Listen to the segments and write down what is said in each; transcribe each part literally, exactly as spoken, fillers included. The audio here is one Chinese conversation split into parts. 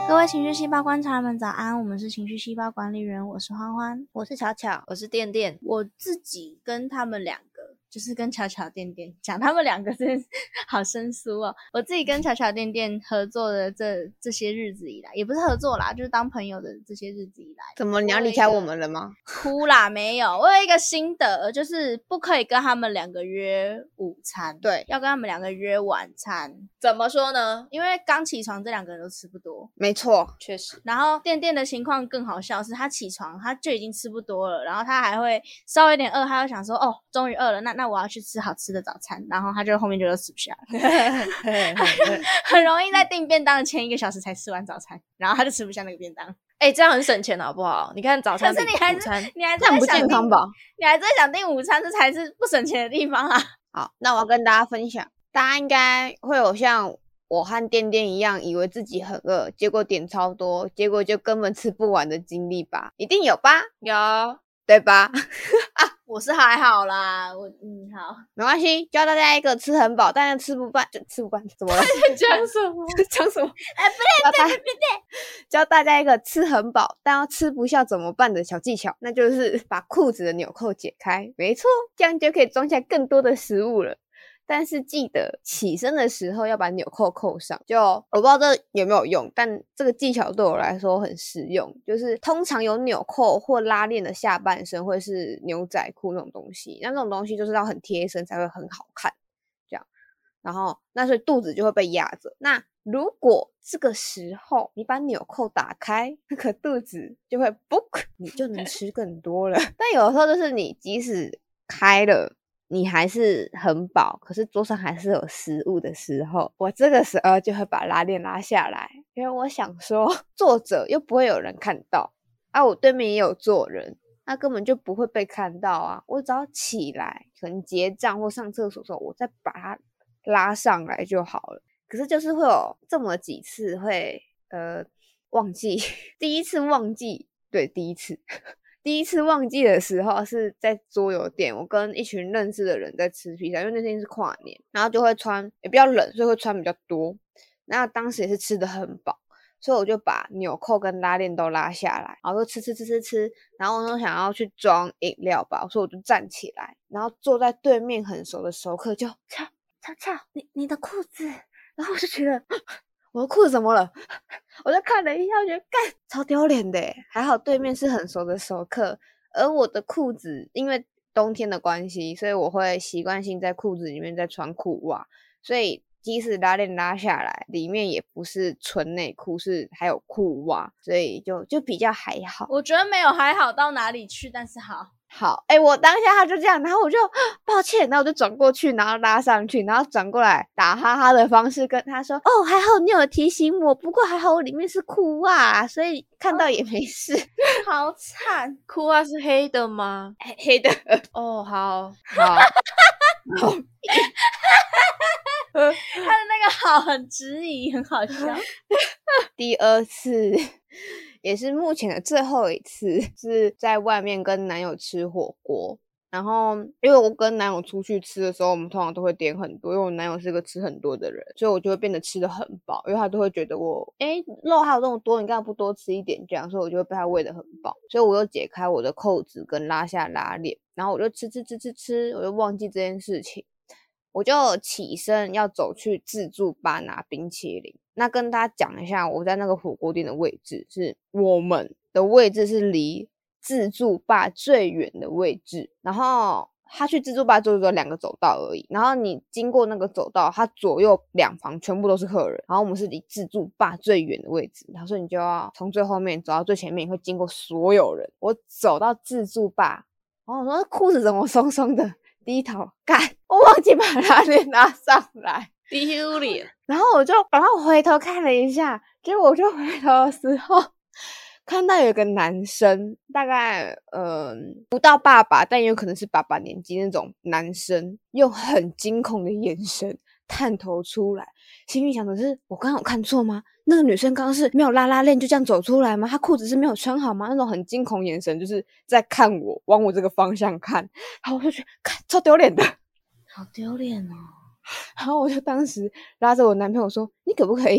各位情绪细胞观察人们早安，我们是情绪细胞管理员，我是欢欢， 我是巧巧， 我是电电。 我自己跟他们两个就是跟巧巧电电讲，他们两个真是好生疏哦。我自己跟巧巧电电合作的这这些日子以来，也不是合作啦，就是当朋友的这些日子以来， 怎么你要离开我们了吗？ 哭啦，没有。我有一个心得，就是不可以跟他们两个约午餐， 对， 要跟他们两个约晚餐。 怎么说呢？ 因为刚起床，这两个人都吃不多。 没错， 确实。 然后电电的情况更好笑，是他起床他就已经吃不多了，然后他还会稍微有点饿，他会想说，哦，终于饿了，那那我要去吃好吃的早餐，然后他就后面就都吃不下了，很容易在订便当的前一个小时才吃完早餐，然后他就吃不下那个便当。 哎、欸，这样很省钱好不好？你看早餐比午餐， 可是你还是你还是这样不健康吧？ 你还是会想订午餐，这才是不省钱的地方啊。 好，那我要跟大家分享，大家应该会有像我和电电一样，以为自己很饿，结果点超多，结果就根本吃不完的经历吧？一定有吧？ 有， 对吧？ 啊，我是还好啦，我嗯好， 没关系，教大家一个吃很饱，但是吃不惯就吃不惯，怎么了？ 讲什么？ 讲什么？ 哎、欸，不对不对不对， 教大家一个吃很饱但要吃不下怎么办的小技巧，那就是把裤子的纽扣解开。没错，这样就可以装下更多的食物了。但是记得起身的时候要把纽扣扣上，就我不知道这有没有用，但这个技巧对我来说很实用。就是通常有纽扣或拉链的下半身会是牛仔裤那种东西，那这种东西就是要很贴身才会很好看，这样。然后那所以肚子就会被压着。那如果这个时候你把纽扣打开，那个肚子就会嘣，你就能吃更多了。但有的时候就是你即使开了，你还是很饱，可是桌上还是有食物的时候，我这个时候就会把拉链拉下来，因为我想说坐着又不会有人看到啊，我对面也有坐人，那根本就不会被看到啊，我只要起来可能结账或上厕所的时候，我再把它拉上来就好了。可是就是会有这么几次会呃忘记第一次忘记对第一次第一次忘记的时候是在桌游店，我跟一群认识的人在吃披萨，因为那天是跨年，然后就会穿也比较冷，所以会穿比较多，那当时也是吃得很饱，所以我就把纽扣跟拉链都拉下来，然后就吃吃吃吃吃，然后我就想要去装饮料吧，所以我就站起来，然后坐在对面很熟的熟客就巧巧巧你你的裤子，然后我就觉得我的裤子怎么了？我就看了一下，我觉得干超丢脸的耶。还好对面是很熟的熟客，而我的裤子因为冬天的关系，所以我会习惯性在裤子里面再穿裤袜，所以即使拉链拉下来，里面也不是纯内裤，是还有裤袜，所以就就比较还好。 我觉得没有还好到哪里去，但是好。 好，哎、欸，我当下他就这样，然后我就抱歉，然后我就转过去，然后拉上去，然后转过来打哈哈的方式跟他说，哦，还好你有提醒我，不过还好我里面是裤袜，所以看到也没事。哦、 好惨， 裤袜是黑的吗？ 黑黑的。 哦，好， 好，好。 他的那个好很质疑，很好笑。 第二次。也是目前的最后一次，是在外面跟男友吃火锅。然后因为我跟男友出去吃的时候，我们通常都会点很多，因为我男友是个吃很多的人，所以我就会变得吃得很饱，因为他都会觉得我诶肉还有这么多，你干嘛不多吃一点，这样，所以我就会被他喂得很饱。所以我又解开我的扣子跟拉下拉链，然后我就吃吃吃吃吃，我就忘记这件事情，我就起身要走去自助吧拿冰淇淋。那跟大家讲一下，我在那个火锅店的位置是我们的位置是离自助吧最远的位置，然后他去自助吧就只有两个走道而已，然后你经过那个走道，它左右两旁全部都是客人，然后我们是离自助吧最远的位置，然后所以你就要从最后面走到最前面，你会经过所有人。我走到自助吧，然后我说裤子怎么松松的，低头干，我忘记把拉链拉上来， 丢脸。 然后我就然后回头看了一下，结果我就回头的时候看到有一个男生，大概嗯不到爸爸，但也有可能是爸爸年纪那种男生，用很惊恐的眼神探头出来，心里想的是我刚刚有看错吗？那个女生刚刚是没有拉拉链就这样走出来吗？她裤子是没有穿好吗？那种很惊恐眼神就是在看我，往我这个方向看，然后我就觉得看超丢脸的， 好丢脸哦。 然后我就当时拉着我男朋友说，你可不可以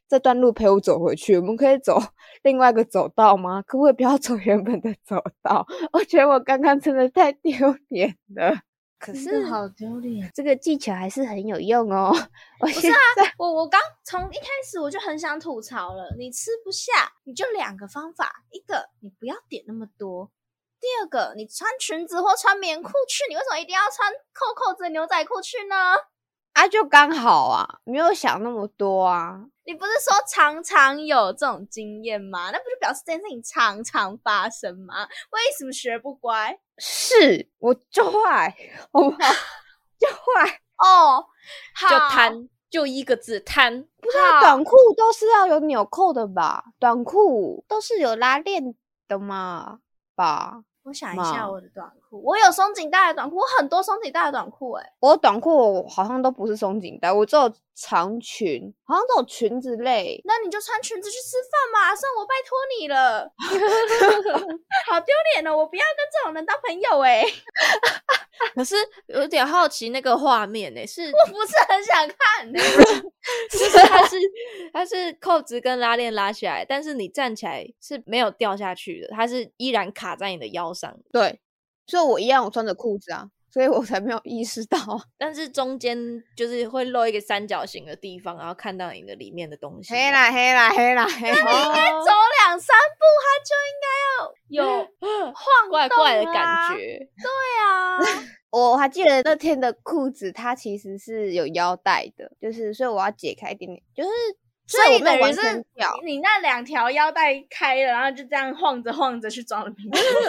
这段路陪我走回去，我们可以走另外一个走道吗？可不可以不要走原本的走道？我觉得我刚刚真的太丢脸了。可是好丢脸， 这个技巧还是很有用哦。我不是啊， 在我我刚从一开始我就很想吐槽了，你吃不下，你就两个方法，一个你不要点那么多，第二个你穿裙子或穿棉裤去，你为什么一定要穿扣扣子的牛仔裤去呢？ 啊，就刚好啊，没有想那么多啊。 你不是说常常有这种经验吗？那不就表示这件事情常常发生吗？为什么学不乖？ 是，我就坏，好不好？就坏哦，好， 就贪，就一个字贪。 不是啊，短裤都是要有纽扣的吧？短裤都是有拉链的嘛吧？ 我想一下我的短裤，我有松紧带的短裤，我很多松紧带的短裤诶、欸、 我短裤好像都不是松紧带，我只有长裙，好像都有裙子类。 那你就穿裙子去吃饭嘛，算我拜托你了。好丢脸哦，我不要跟这种人当朋友诶、欸、 可是有点好奇那个画面诶、欸，是我不是很想看的、欸， 就是它是它是扣子跟拉链拉起来，但是你站起来是没有掉下去的，它是依然卡在你的腰上。 对，所以我一样我穿着裤子啊，所以我才没有意识到。 但是中间就是会露一个三角形的地方，然后看到你的里面的东西。 黑啦黑啦黑啦黑啦， 那你应该走两三步，它就应该要有晃动、啊、 怪怪的感觉。 对啊。 我还记得那天的裤子，它其实是有腰带的，就是所以我要解开一点点，就是所以等于是掉你那两条腰带开了，然后就这样晃着晃着去装了瓶子。你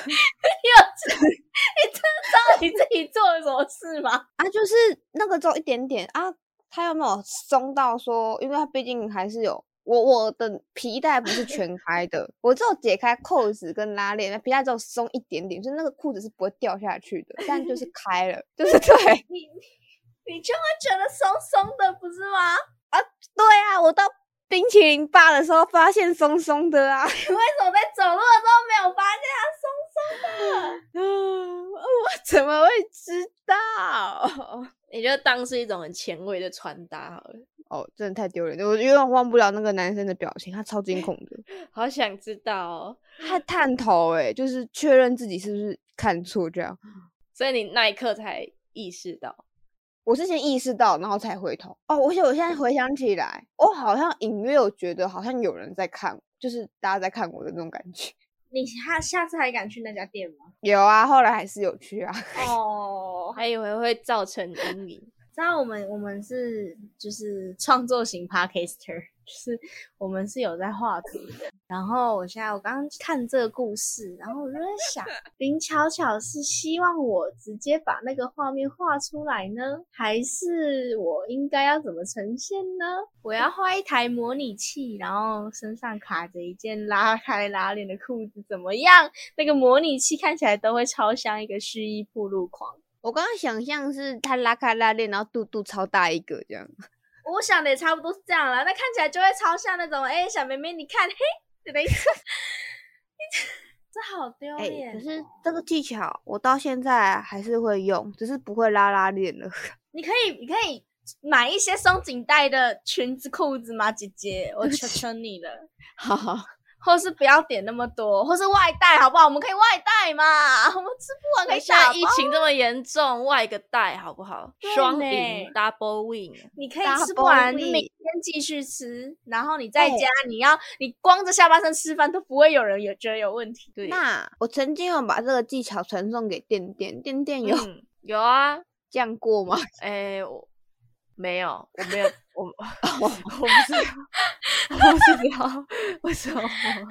真的知道你自己做了什么事吗？ 啊，就是那个只有一点点啊，它有没有松到说，因为它毕竟还是有。我我的皮带不是全开的，我只有解开扣子跟拉链，皮带只有松一点点，所以那个裤子是不会掉下去的，但就是开了，就是对你你就会觉得松松的，不是吗？ 啊，对啊，我到冰淇淋吧的时候发现松松的啊， 你为什么在走路的时候没有发现它松松的？ 嗯，我怎么会知道？ 你就当是一种很前卫的穿搭好了。 哦，真的太丢脸了！我永远忘不了那个男生的表情，他超惊恐的， 好想知道哦。 他探头哎、欸，就是确认自己是不是看错这样， 所以你那一刻才意识到。 我之前意识到，然后才回头。哦，而且我现在回想起来，我好像隐约有觉得好像有人在看，就是大家在看我的那种感觉。 你下下次还敢去那家店吗？ 有啊，后来还是有去啊。 哦， 还以为会造成阴影。 知道我们我们是就是创作型 podcaster， 就是我们是有在画图的。然后我现在我刚刚看这个故事，然后我就在想，林巧巧是希望我直接把那个画面画出来呢，还是我应该要怎么呈现呢？我要画一台模拟器，然后身上卡着一件拉开拉链的裤子，怎么样？那个模拟器看起来都会超像一个蓄意暴露狂。 我刚刚想象是他拉开拉链，然后肚肚超大一个这样。 我想的也差不多是这样啦，那看起来就会超像那种，哎、欸，小妹妹，你看，嘿，等一下，这好丢脸、哦欸。可是这个技巧我到现在还是会用，只是不会拉拉链了。 你可以，你可以买一些松紧带的裙子、裤子吗，姐姐？我求求你了。 好好。 或是不要点那么多，或是外带好不好？我们可以外带嘛，我们吃不完可以打包。 现在疫情这么严重，外个带好不好？双赢 double win， 你可以吃不完，明天继续吃，然后你在家，你要你光着下半身吃饭都不会有人有觉得有问题。 对， 那我曾经有把这个技巧传送给店店，店店有、 嗯、有啊， 这样过吗？ 哎、欸，我没有，我没有，我我我不知道，我不知道为什么。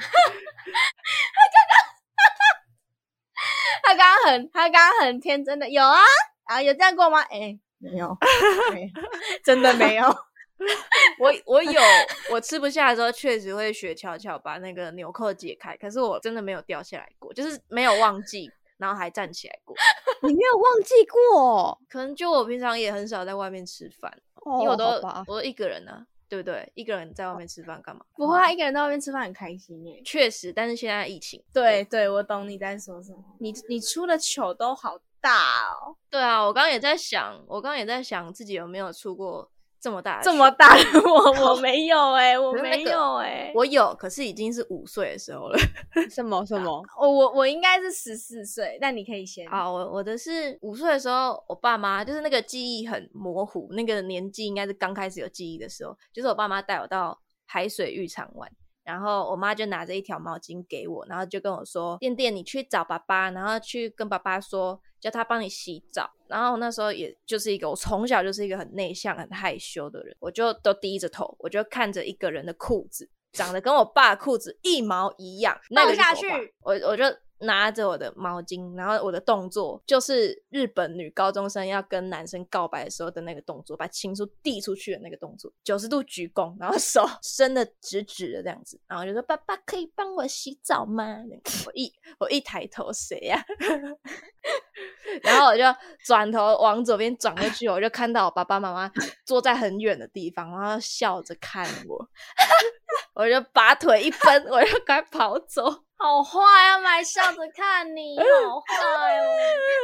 他刚刚，他刚刚很，他刚刚很天真的，有啊啊，有这样过吗？哎、欸，没有，没有，真的没有。 我我有，我吃不下的时候确实会学巧巧把那个纽扣解开，可是我真的没有掉下来过，就是没有忘记。然后还站起来过。 你没有忘记过？ 可能就我平常也很少在外面吃饭， 哦、 因为我都我都一个人啊，对不对？一个人在外面吃饭干嘛？ 不会、啊，一个人在外面吃饭很开心耶。 确实，但是现在疫情， 对对，我懂你在说什么。你你出的糗都好大哦。 对啊，我刚刚也在想，我刚刚也在想自己有没有出过这么大的这么大的我我没有哎、欸，我没可是那个有哎、欸， 我有，可是已经是五岁的时候了。 什么什么？ 我我我应该是十四岁，但你可以先。 好，我我的是五岁的时候，我爸妈就是那个记忆很模糊，那个年纪应该是刚开始有记忆的时候，就是我爸妈带我到海水浴场玩。然后我妈就拿着一条毛巾给我，然后就跟我说电电你去找爸爸，然后去跟爸爸说叫他帮你洗澡。然后那时候也就是一个我从小就是一个很内向很害羞的人，我就都低着头，我就看着一个人的裤子长得跟我爸的裤子一毛一样，那个放下去， 我我就拿着我的毛巾，然后我的动作就是日本女高中生要跟男生告白的时候的那个动作，把情书递出去的那个动作，九十度鞠躬，然后手伸的直直的这样子，然后就说爸爸可以帮我洗澡吗？我一我一抬头谁呀、啊？然后我就转头往左边转过去，我就看到我爸爸妈妈坐在很远的地方，然后笑着看我，我就拔腿一奔，我就赶快跑走。 好坏啊，还笑着看你，好坏哦！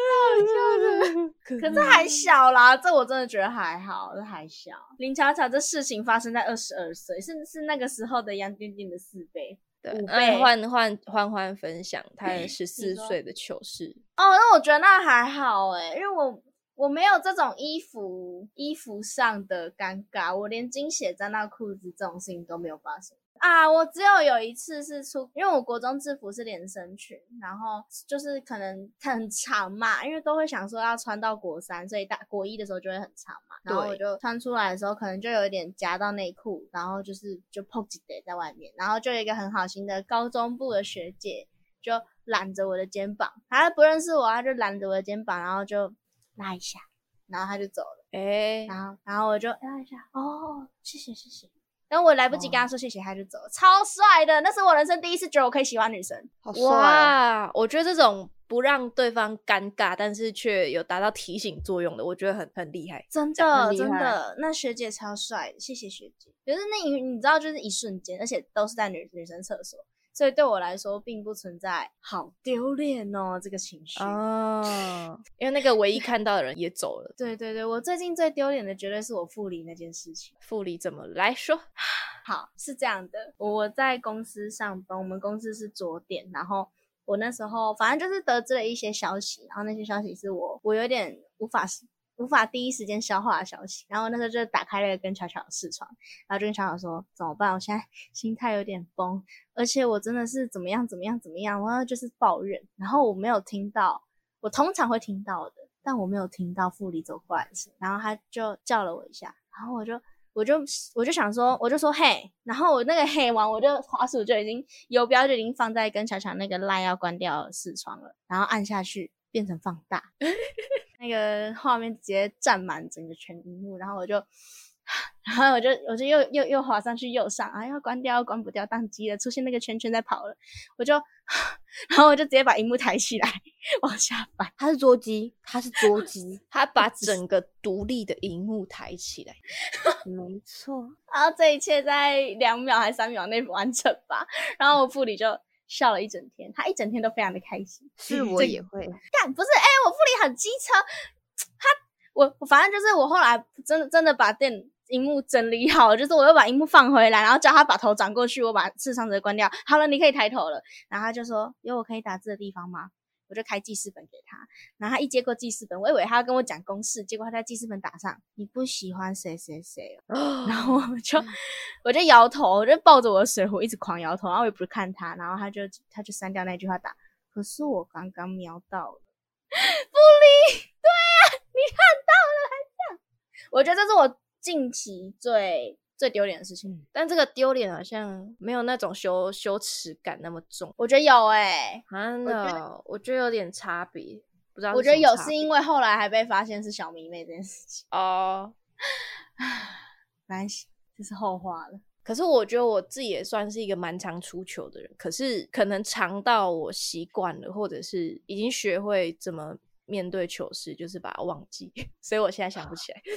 可是还小啦，这我真的觉得还好，这还小。林巧巧这事情发生在二十二岁，是是那个时候的杨定定的四倍。 对， 五倍换换欢欢分享他十四岁的糗事。 哦，那我觉得那还好诶，因为我我没有这种衣服衣服上的尴尬，我连精血沾到裤子这种事情都没有发生。啊，我只有有一次是出，因为我国中制服是连身裙，然后就是可能很长嘛，因为都会想说要穿到国三，所以大国一的时候就会很长嘛，然后我就穿出来的时候可能就有一点夹到内裤，然后就是就 poke 几得在外面，然后就有一个很好心的高中部的学姐就揽着我的肩膀，她不认识我，她就揽着我的肩膀，然后就拉一下，然后她就走了， 哎， 然后然后我就拉一下，哦，谢谢谢谢。等我来不及跟他说谢谢，他就走了，超帅的！那是我人生第一次觉得我可以喜欢女生， 好帅哦！ 哇，我觉得这种不让对方尴尬，但是却有达到提醒作用的，我觉得很很厉害， 真的很厉害真的。那学姐超帅的，谢谢学姐。可是那你你知道，就是一瞬间，而且都是在女女生厕所，所以对我来说并不存在好丢脸哦这个情绪哦，因为那个唯一看到的人也走了。 对对对，我最近最丢脸的绝对是我复离那件事情。 复离怎么来说？ 好，是这样的，我在公司上班，我们公司是桌店，然后我那时候反正就是得知了一些消息，然后那些消息是我我有点无法无法第一时间消化的消息，然后那时候就打开了跟巧巧的视窗，然后就跟巧巧说怎么办，我现在心态有点崩，而且我真的是怎么样怎么样怎么样，然后就是抱怨，然后我没有听到，我通常会听到的，但我没有听到副理走过来的声音，然后他就叫了我一下，然后我就我就我就想说，我就说嘿，然后我那个嘿完，我就滑鼠就已经游标就已经放在跟巧巧那个 line 要关掉的视窗了，然后按下去变成放大，那个画面直接占满整个全屏幕，然后我就，然后我就我就又又又滑上去右上啊，要关掉要关不掉，宕机了，出现那个圈圈在跑了，我就，然后我就直接把荧幕抬起来往下翻， 它是桌机，它是桌机， 他把整个独立的荧幕抬起来， 没错。 然后这一切在两秒还三秒内完成吧，然后我副理就笑了一整天，他一整天都非常的开心。 是我也会干不是哎、欸，我副理很机车，他我我反正就是我后来真的真的把电荧幕整理好，就是我又把荧幕放回来，然后叫他把头转过去，我把视窗直接关掉。好了，你可以抬头了。然后他就说有我可以打字的地方吗？我就开记事本给他，然后他一接过记事本，我以为他要跟我讲公式，结果他在记事本打上你不喜欢谁谁谁，然后我就我就摇头，我就抱着我的水壶一直狂摇头，然后我也不是看他，然后他就他就删掉那句话打，可是我刚刚瞄到了，不理，对啊，你看到了还这样，我觉得这是我近期最最丢脸的事情、嗯、 但这个丢脸好像没有那种羞羞耻感那么重， 我觉得有诶、欸， 真的，我觉得有点差别，不知道是我觉得有是因为后来还被发现是小迷妹这件事情哦， 没关系，这是后话了。 可是我觉得我自己也算是一个蛮常出糗的人，可是可能常到我习惯了，或者是已经学会怎么面对糗事，就是把它忘记，所以我现在想不起来。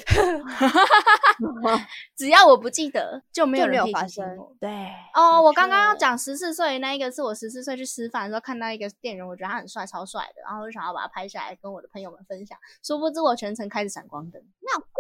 只要我不记得，就没有人可以发生。 对哦，我刚刚要讲十四岁那一个，是我十四岁去吃饭的时候看到一个店员，我觉得他很帅，超帅的，然后我就想要把他拍下来跟我的朋友们分享。殊不知我全程开着闪光灯， 你好怪哦！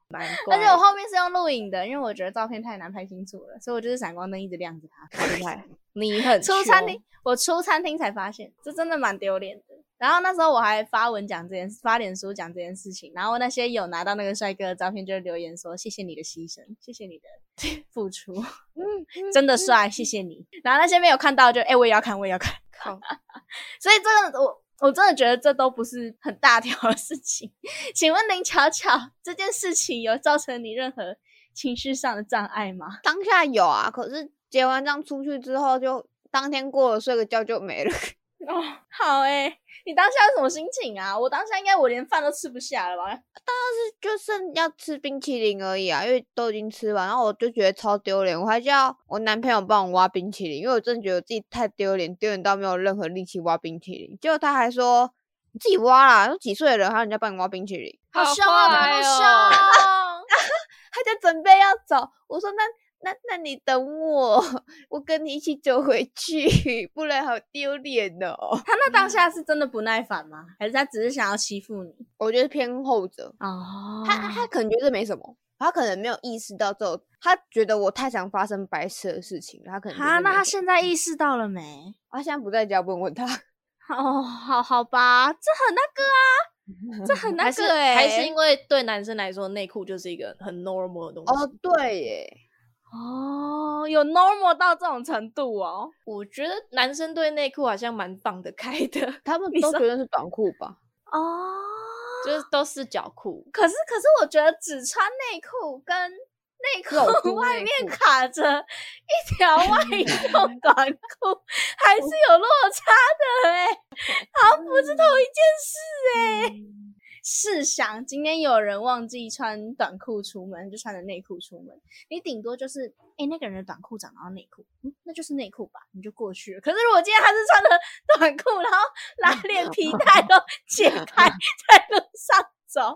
蛮怪的。 而且我后面是用录影的，因为我觉得照片太难拍清楚了，所以我就是闪光灯一直亮着它。 好厉害，你很出餐厅，我出餐厅才发现，这真的蛮丢脸的。然后那时候我还发文讲这件事，发脸书讲这件事情，然后那些有拿到那个帅哥的照片就留言说谢谢你的牺牲，谢谢你的付出，真的帅，谢谢你。然后那些没有看到就哎、欸、我也要看，我也要看。 靠， 所以这个我我真的觉得这都不是很大条的事情。请问林巧巧，这件事情有造成你任何情绪上的障碍吗？ 当下有啊，可是结完账出去之后就当天过了，睡个觉就没了。 哦，好诶、欸，你当下是什么心情啊？我当下应该我连饭都吃不下了吧？ 当然是就剩要吃冰淇淋而已啊，因为都已经吃完，然后我就觉得超丢脸，我还叫我男朋友帮我挖冰淇淋，因为我真的觉得我自己太丢脸，丢脸到没有任何力气挖冰淇淋。结果他还说你自己挖啦，都几岁的人还要人家帮你挖冰淇淋， 好凶啊，怎么凶？ 他就准备要走，我说那。那那你等我，我跟你一起走回去，不然好丢脸哦。 他那当下是真的不耐烦吗？还是他只是想要欺负你？ 我觉得偏后者哦， 他他可能觉得没什么，他可能没有意识到这种，他觉得我太常发生白痴的事情，他可能觉得啊，那他现在意识到了没？ 他现在不在家，不能问他。 哦，好好吧，这很那个啊，这很那还是个哎、欸， 还是因为对男生来说，内裤就是一个很 normal 的东西。 哦，对耶。 哦，有 normal 到这种程度哦？ 我觉得男生对内裤好像蛮放得开的， 他们都觉得是短裤吧？ 哦， 就是都是脚裤。 可是可是我觉得只穿内裤跟内裤外面裤卡着一条外用短裤还是有落差的哎、欸，好像不是同一件事哎、欸。嗯试想今天有人忘记穿短裤出门，就穿着内裤出门，你顶多就是哎、欸、那个人的短裤长到内裤，嗯，那就是内裤吧，你就过去了。可是如果今天他是穿着短裤，然后拉链皮带都解开在路上走，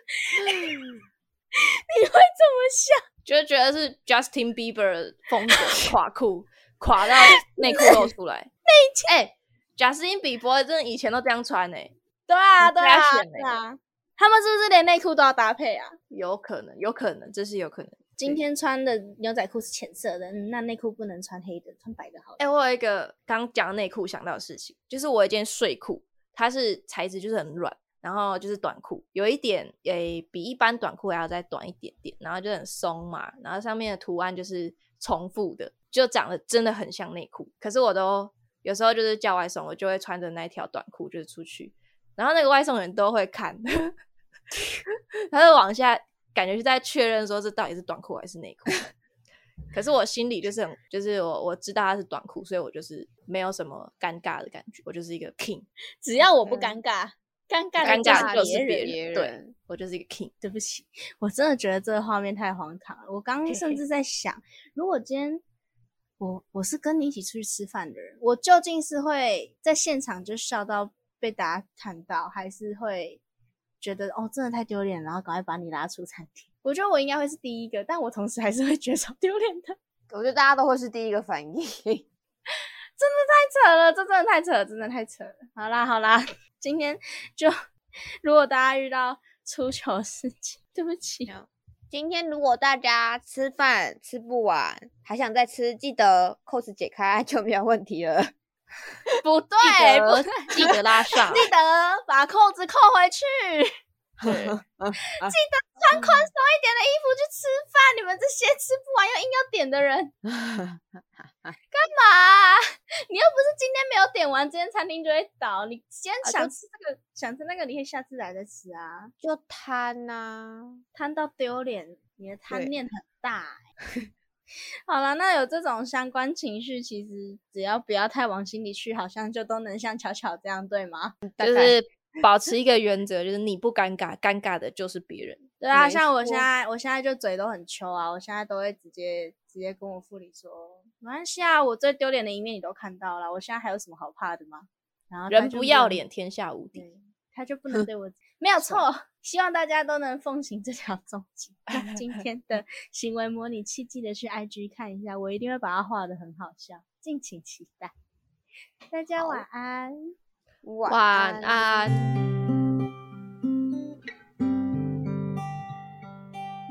你会怎么想？ 就觉得是 Justin Bieber 的风格垮裤，垮到内裤露出来。那哎，贾斯汀比伯真的以前都这样穿哎、欸。 对啊，对啊， 欸、 对啊，他们是不是连内裤都要搭配啊？ 有可能，有可能，这是有可能。 今天穿的牛仔裤是浅色的，那内裤不能穿黑的，穿白的好了。 哎、欸，我有一个刚讲内裤想到的事情，就是我有一件睡裤，它是材质就是很软，然后就是短裤，有一点诶、欸、比一般短裤还要再短一点点，然后就很松嘛，然后上面的图案就是重复的，就长得真的很像内裤。可是我都有时候就是叫外送，我就会穿着那条短裤就是出去。然后那个外送员都会看，他就往下，感觉是在确认说这到底是短裤还是内裤。可是我心里就是很，就是我我知道它是短裤，所以我就是没有什么尴尬的感觉，我就是一个 king。 只要我不尴尬，尴尬尴尬就是别人， 别人，对，我就是一个 king。 对不起，我真的觉得这个画面太荒唐了。我刚刚甚至在想，如果今天我我是跟你一起出去吃饭的人，我究竟是会在现场就笑到被大家看到，还是会觉得哦真的太丢脸，然后赶快把你拉出餐厅？我觉得我应该会是第一个，但我同时还是会觉得超丢脸的。 我觉得大家都会是第一个反应。真的太扯了，这真的太扯了，真的太扯了。好啦好啦，今天就如果大家遇到出糗事情，对不起。 今天如果大家吃饭吃不完，还想再吃，记得扣子解开就没有问题了。 不对， 不对，记得拉上， 记得把扣子扣回去。对，记得穿宽松一点的衣服去吃饭。你们这些吃不完又硬要点的人，干嘛？你又不是今天没有点完，这间餐厅就会倒。你今天想吃这个，啊、想吃那个，你可以下次来再吃啊。 就贪啊， 贪到丢脸，你的贪念很大、欸。好了，那有这种相关情绪，其实只要不要太往心里去，好像就都能像巧巧这样，对吗？ 就是保持一个原则，就是你不尴尬，尴尬的就是别人。 对啊，像我现在，我现在就嘴都很秋啊，我现在都会直接直接跟我副理说，没关系啊，我最丢脸的一面你都看到了，我现在还有什么好怕的吗？然后人不要脸，天下无敌， 他就不能对我没有错。希望大家都能奉行这条宗旨。那今天的行为模拟器记得去 I G 看一下，我一定会把它画得很好笑，敬请期待。大家晚安， 晚安。晚安。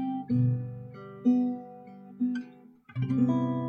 拜。